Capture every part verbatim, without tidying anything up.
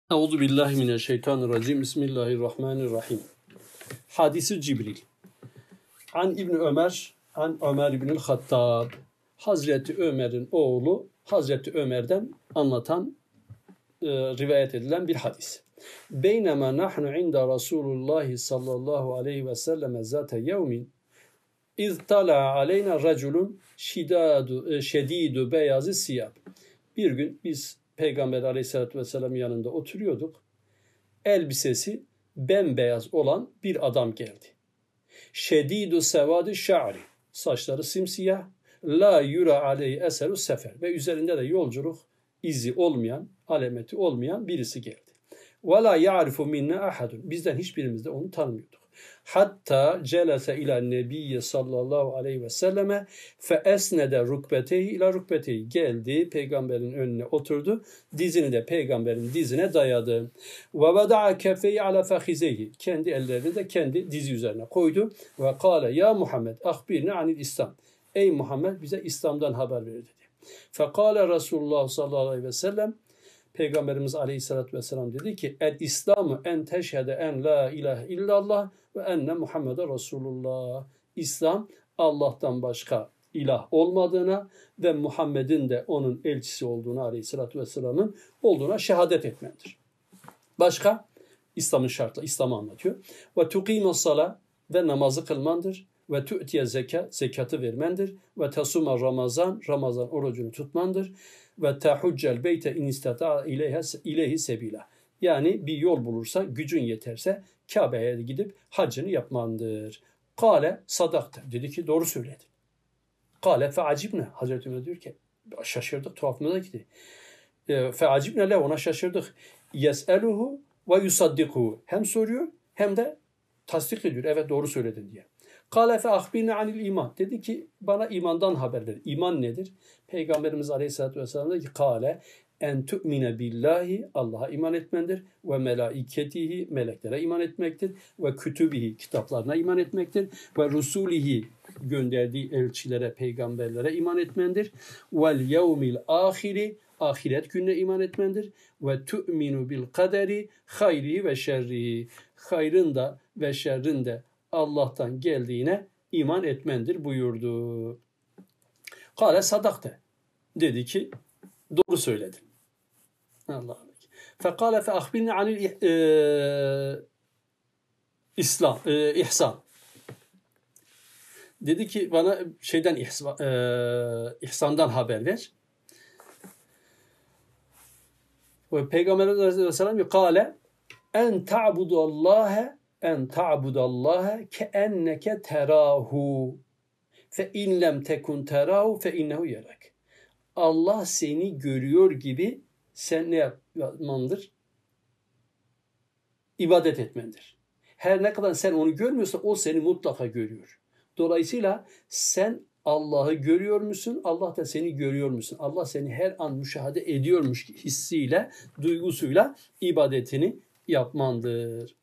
Euzu billahi mineşşeytanirracim. Bismillahirrahmanirrahim. Hadisi Cibril. An İbn Ömer, an Ömer İbnül Hattab. Hazreti Ömer'in oğlu Hazreti Ömer'den anlatan, e, rivayet edilen bir hadis. Beynema nahnu inda Resulullah sallallahu aleyhi ve sellem zate yevmin iz tala aleyna raculun şidadu şedidu beyazı siyab. Bir gün biz Peygamber Aleyhisselatü Vesselam'ın yanında oturuyorduk. Elbisesi bembeyaz olan bir adam geldi. Şedidu sevadi şa'ri. Saçları simsiyah. La yura aleyhi eseru sefer. Ve üzerinde de yolculuk izi olmayan, alameti olmayan birisi geldi. Ve la ya'rifu minna ahadun. Bizden hiçbirimiz de onu tanımıyorduk. Hatta celese ila nebiyye sallallahu aleyhi ve selleme fe esnede rukbeteyi ila rukbeteyi. Geldi peygamberin önüne oturdu. Dizini de peygamberin dizine dayadı. Ve vada'a kefeyi ala fehizeyi. Kendi ellerini de kendi dizi üzerine koydu. Ve kâle ya Muhammed ahbirni anil İslam. Ey Muhammed bize İslam'dan haber ver dedi. Fekâle Resulullah sallallahu aleyhi ve sellem. Peygamberimiz Aleyhisselatü Vesselam dedi ki el İslam'ı en teşhede en la ilahe illallah ve enne Muhammeden Resulullah. İslam Allah'tan başka ilah olmadığına ve Muhammed'in de onun elçisi olduğuna, Aleyhisselatü Vesselam'ın olduğuna şehadet etmendir. Başka İslam'ın şartları, İslam'ı anlatıyor. Ve tuqîme sala ve namazı kılmandır. Ve tu'tiye zekat, zekatı vermendir. Ve tesuma ramazan, Ramazan orucunu tutmandır. Ve tehuccel beyte in istata'a ileyhi sebila. Yani bir yol bulursa, gücün yeterse Kabe'ye gidip hacını yapmandır. Kale sadakta. Dedi ki doğru söyledi. Kale fe acibne. Hazreti Ömer diyor ki şaşırdık, tuhafımıza gitti. Fe acibne le, ona şaşırdık. Yes'eluhu ve yusaddikuhu. Hem soruyor hem de tasdik ediyor. Evet doğru söyledin diye. Kâle fe ahbirne anil iman. Dedi ki bana imandan haber ver. İman nedir? Peygamberimiz Aleyhisselatü Vesselam dedi ki kâle en tu'mine billahi, Allah'a iman etmendir. Ve melaiketihi, meleklere iman etmektir. Ve kütübihi, kitaplarına iman etmektir. Ve rusulihi, gönderdiği elçilere, peygamberlere iman etmendir. Vel yevmil ahiri, ahiret gününe iman etmendir. Ve tu'minu bil kaderi hayrihi ve şerrihi. Hayrın da ve şerrin de Allah'tan geldiğine iman etmendir buyurdu. Kâle sadakte. Dedi ki doğru söyledin. Allah'a emanet. Fekâle fe ahbirni anil İslam, e, ihsan. Dedi ki bana şeyden ihsan, e, ihsandan haber ver. Ve Peygamber Aleyhisselam diyor kâle en ta'budallâhe en ta'budallâhe keenneke terahu fe in lem tekun terahu fe innehu yerak. Allah seni görüyor gibi sen ne yapmandır? İbadet etmendir. Her ne kadar sen onu görmüyorsan o seni mutlaka görüyor. Dolayısıyla sen Allah'ı görüyor musun? Allah da seni görüyor musun? Allah seni her an müşahede ediyormuş hissiyle, duygusuyla ibadetini yapmandır.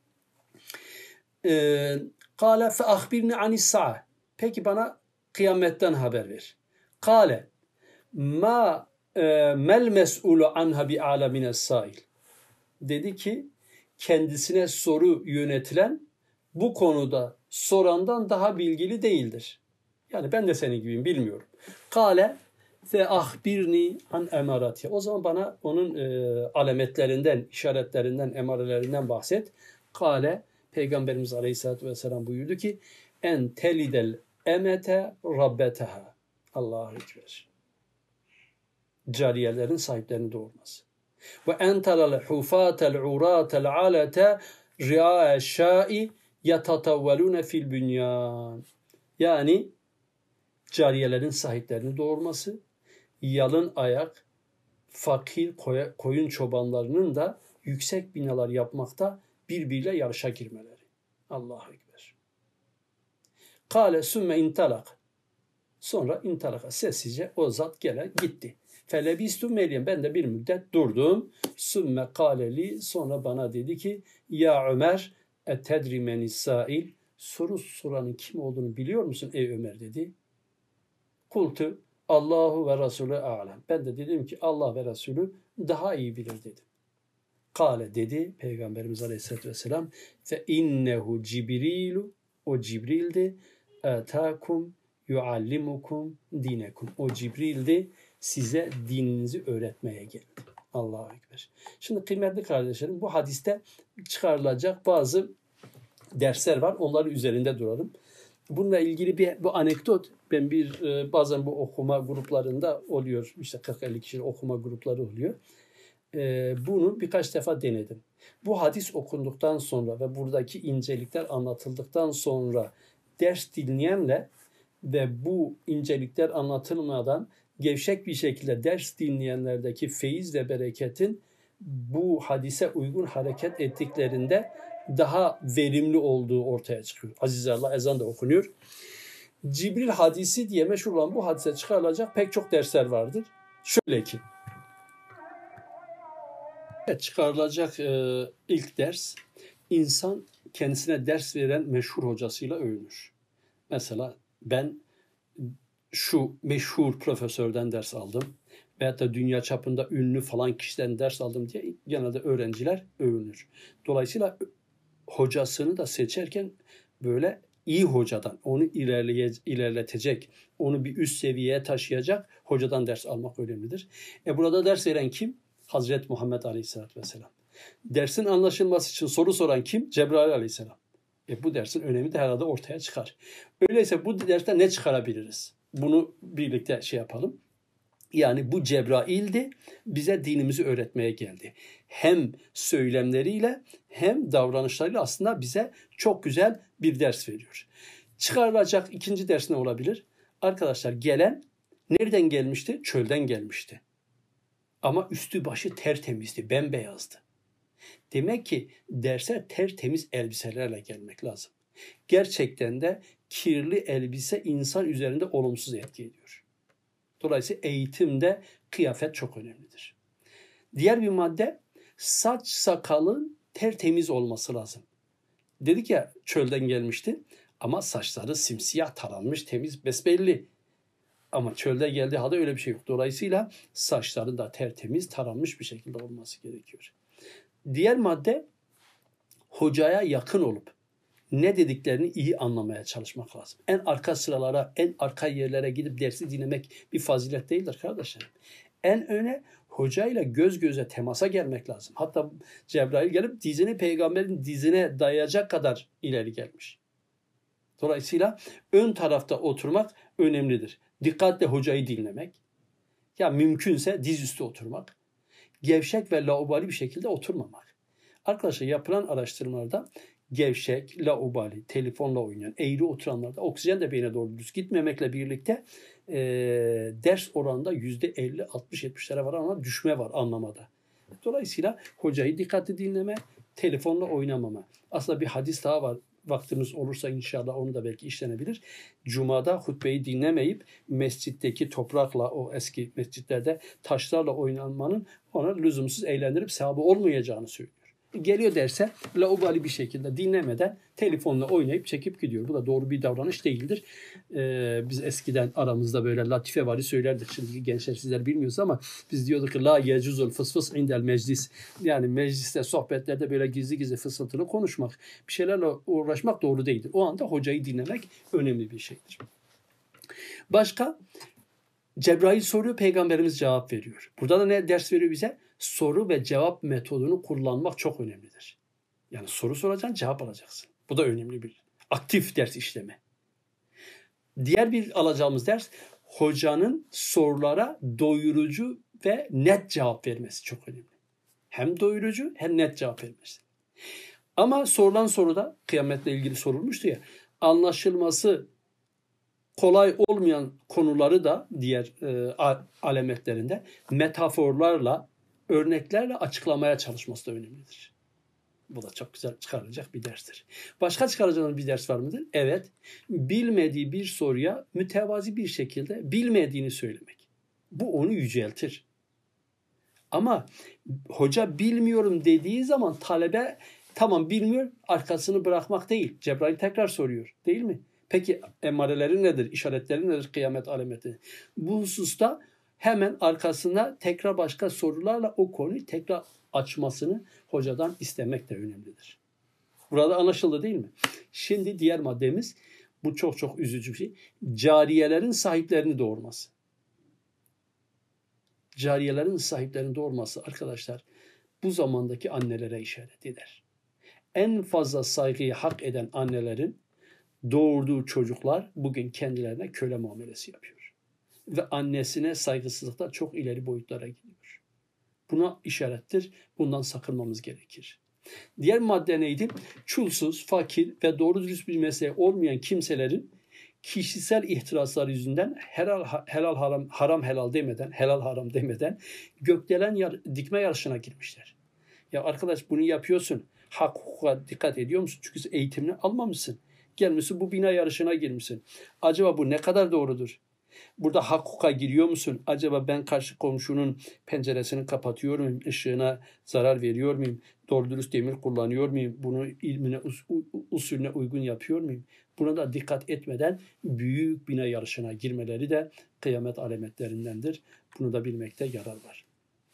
Kâle fe ahbirni anis sa'a. Peki bana kıyametten haber ver. Kâle ma mel mes'ulu anha bi a'la mines sâil. Dedi ki kendisine soru yönetilen bu konuda sorandan daha bilgili değildir. Yani ben de senin gibiyim, bilmiyorum. Kâle fe ahbirni an emaratiye. O zaman bana onun e, alametlerinden, işaretlerinden, emarelerinden bahset. Kâle Peygamberimiz Aleyhisselatü Vesselam buyurdu ki en telidel emete rabbeteha. Allahu ekber. Cariyelerin sahiplerini doğurması. Ve en talal hufatel uratel alete ri'a şai yatatavvelune fil bünyan. Yani cariyelerin sahiplerini doğurması, yalın ayak, fakir koyun çobanlarının da yüksek binalar yapmakta birbiriyle yarışa girmeleri. Allahu ekber. Kâle sümme intalak. Sonra intalaka sessizce o zat gele gitti. Felebistu Meryem, ben de bir müddet durdum. Sümme kâleli, sonra bana dedi ki ya Ömer etedri menis sail, soru soranın kim olduğunu biliyor musun ey Ömer dedi. Kultu Allahu ve Resulü a'lem. Ben de dedim ki Allah ve Resulü daha iyi bilir dedim. Kale dedi Peygamberimiz Aleyhisselatü Vesselam fe innehu Cibrilu, o Cibril'di, atakum yuallimukum dinekum. O Cibril'di, size dininizi öğretmeye geldi. Allahu Ekber. Şimdi kıymetli kardeşlerim, bu hadiste çıkarılacak bazı dersler var. Onların üzerinde duralım. Bununla ilgili bir bu anekdot, ben bir e, bazen bu okuma gruplarında oluyor. İşte kırk elli kişilik okuma grupları oluyor. E, bunu birkaç defa denedim. Bu hadis okunduktan sonra ve buradaki incelikler anlatıldıktan sonra ders dinleyenle ve bu incelikler anlatılmadan gevşek bir şekilde ders dinleyenlerdeki feyiz ve bereketin bu hadise uygun hareket ettiklerinde daha verimli olduğu ortaya çıkıyor. Aziz Allah, ezan da okunuyor. Cibril hadisi diye meşhur olan bu hadise çıkarılacak pek çok dersler vardır. Şöyle ki, çıkarılacak e, ilk ders, insan kendisine ders veren meşhur hocasıyla övünür. Mesela ben şu meşhur profesörden ders aldım veyahut da dünya çapında ünlü falan kişiden ders aldım diye genelde öğrenciler övünür. Dolayısıyla hocasını da seçerken böyle iyi hocadan, onu ilerleye, ilerletecek, onu bir üst seviyeye taşıyacak hocadan ders almak önemlidir. E burada ders veren kim? Hazreti Muhammed Aleyhisselatü Vesselam. Dersin anlaşılması için soru soran kim? Cebrail Aleyhisselam. E bu dersin önemi de herhalde ortaya çıkar. Öyleyse bu derste ne çıkarabiliriz? Bunu birlikte şey yapalım. Yani bu Cebrail'di, bize dinimizi öğretmeye geldi. Hem söylemleriyle hem davranışlarıyla aslında bize çok güzel bir ders veriyor. Çıkarılacak ikinci ders ne olabilir? Arkadaşlar, gelen nereden gelmişti? Çölden gelmişti. Ama üstü başı tertemizdi, bembeyazdı. Demek ki derse tertemiz elbiselerle gelmek lazım. Gerçekten de kirli elbise insan üzerinde olumsuz etki ediyor. Dolayısıyla eğitimde kıyafet çok önemlidir. Diğer bir madde, saç sakalın tertemiz olması lazım. Dedik ya, çölden gelmişti ama saçları simsiyah taranmış, temiz, besbelli. Ama çölde geldiği halde öyle bir şey yok. Dolayısıyla saçları da tertemiz, taranmış bir şekilde olması gerekiyor. Diğer madde, hocaya yakın olup ne dediklerini iyi anlamaya çalışmak lazım. En arka sıralara, en arka yerlere gidip dersi dinlemek bir fazilet değildir kardeşlerim. En öne hocayla göz göze temasa gelmek lazım. Hatta Cebrail gelip dizini peygamberin dizine dayayacak kadar ileri gelmiş. Dolayısıyla ön tarafta oturmak önemlidir. Dikkatle hocayı dinlemek. Ya mümkünse dizüstü oturmak. Gevşek ve laubali bir şekilde oturmamak. Arkadaşlar, yapılan araştırmalarda gevşek, laubali, telefonla oynayan, eğri oturanlarda oksijen de beyne doğru düz gitmemekle birlikte e, ders oranında yüzde elli altmış yetmişlere var ama düşme var anlamada. Dolayısıyla hocayı dikkatli dinleme, telefonla oynamama. Aslında bir hadis daha var. Vaktimiz olursa inşallah onu da belki işlenebilir. Cuma'da hutbeyi dinlemeyip mescitteki toprakla, o eski mescitlerde taşlarla oynanmanın ona lüzumsuz eğlendirip sevabı olmayacağını söylüyor. Geliyor derse laubali bir şekilde dinlemeden telefonla oynayıp çekip gidiyor. Bu da doğru bir davranış değildir. Ee, biz eskiden aramızda böyle latife vari söylerdik. Şimdi gençler sizler bilmiyoruz ama biz diyorduk ki la yecuzul fısfıs indel meclis. Yani mecliste, sohbetlerde böyle gizli gizli fısıltılı konuşmak, bir şeylerle uğraşmak doğru değildir. O anda hocayı dinlemek önemli bir şeydir. Başka, Cebrail soruyor, Peygamberimiz cevap veriyor. Burada da ne ders veriyor bize? Soru ve cevap metodunu kullanmak çok önemlidir. Yani soru soracaksın, cevap alacaksın. Bu da önemli bir aktif ders işleme. Diğer bir alacağımız ders, hocanın sorulara doyurucu ve net cevap vermesi çok önemli. Hem doyurucu hem net cevap vermesi. Ama sorulan soruda, kıyametle ilgili sorulmuştu ya, anlaşılması kolay olmayan konuları da diğer e, alametlerinde metaforlarla, örneklerle açıklamaya çalışması da önemlidir. Bu da çok güzel çıkarılacak bir derstir. Başka çıkaracağınız bir ders var mıdır? Evet. Bilmediği bir soruya mütevazi bir şekilde bilmediğini söylemek. Bu onu yüceltir. Ama hoca bilmiyorum dediği zaman talebe tamam bilmiyor, arkasını bırakmak değil. Cebrail tekrar soruyor, değil mi? Peki emareleri nedir? İşaretleri nedir? Kıyamet alameti. Bu hususta hemen arkasına tekrar başka sorularla o konuyu tekrar açmasını hocadan istemek de önemlidir. Burada anlaşıldı değil mi? Şimdi diğer maddemiz, bu çok çok üzücü bir şey. Cariyelerin sahiplerini doğurması. Cariyelerin sahiplerini doğurması arkadaşlar bu zamandaki annelere işaret eder. En fazla saygıyı hak eden annelerin doğurduğu çocuklar bugün kendilerine köle muamelesi yapıyor. Ve annesine saygısızlıkta çok ileri boyutlara gidiyor. Buna işarettir. Bundan sakınmamız gerekir. Diğer madde neydi? Çulsuz, fakir ve doğru dürüst bir mesleği olmayan kimselerin kişisel ihtirasları yüzünden helal, helal haram, haram helal demeden, helal haram demeden gökdelen yar, dikme yarışına girmişler. Ya arkadaş bunu yapıyorsun. Hak hukuka dikkat ediyor musun? Çünkü eğitimini almamışsın. Gelmişsin bu bina yarışına girmişsin. Acaba bu ne kadar doğrudur? Burada hak hukuka giriyor musun? Acaba ben karşı komşunun penceresini kapatıyor muyum? Işığına zarar veriyor muyum? Doğru dürüst demir kullanıyor muyum? Bunu ilmine, usulüne uygun yapıyor muyum? Buna da dikkat etmeden büyük bina yarışına girmeleri de kıyamet alametlerindendir. Bunu da bilmekte yarar var.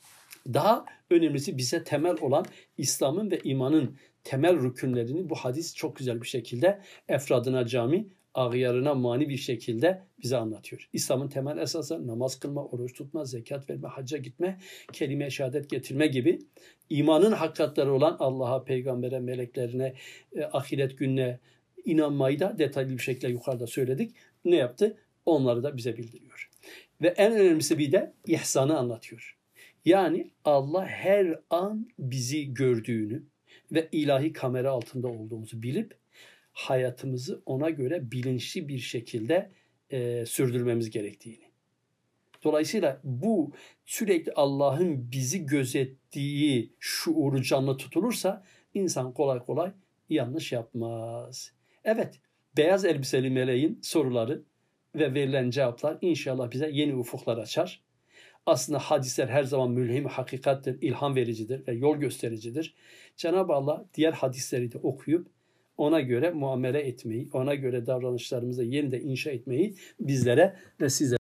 Daha önemlisi bize temel olan İslam'ın ve imanın temel rükünlerini bu hadis çok güzel bir şekilde efradına cami, ağyarına mani bir şekilde bize anlatıyor. İslam'ın temel esası namaz kılma, oruç tutma, zekat verme, hacca gitme, kelime-i şehadet getirme gibi imanın hakikatleri olan Allah'a, peygambere, meleklerine, e, ahiret gününe inanmayı da detaylı bir şekilde yukarıda söyledik. Ne yaptı? Onları da bize bildiriyor. Ve en önemlisi bir de ihsanı anlatıyor. Yani Allah her an bizi gördüğünü ve ilahi kamera altında olduğumuzu bilip hayatımızı ona göre bilinçli bir şekilde e, sürdürmemiz gerektiğini. Dolayısıyla bu sürekli Allah'ın bizi gözettiği şuuru canlı tutulursa insan kolay kolay yanlış yapmaz. Evet, beyaz elbiseli meleğin soruları ve verilen cevaplar inşallah bize yeni ufuklar açar. Aslında hadisler her zaman mülhim, hakikattir, ilham vericidir ve yol göstericidir. Cenab-ı Allah diğer hadisleri de okuyup ona göre muamele etmeyi, ona göre davranışlarımızı yeniden inşa etmeyi bizlere ve size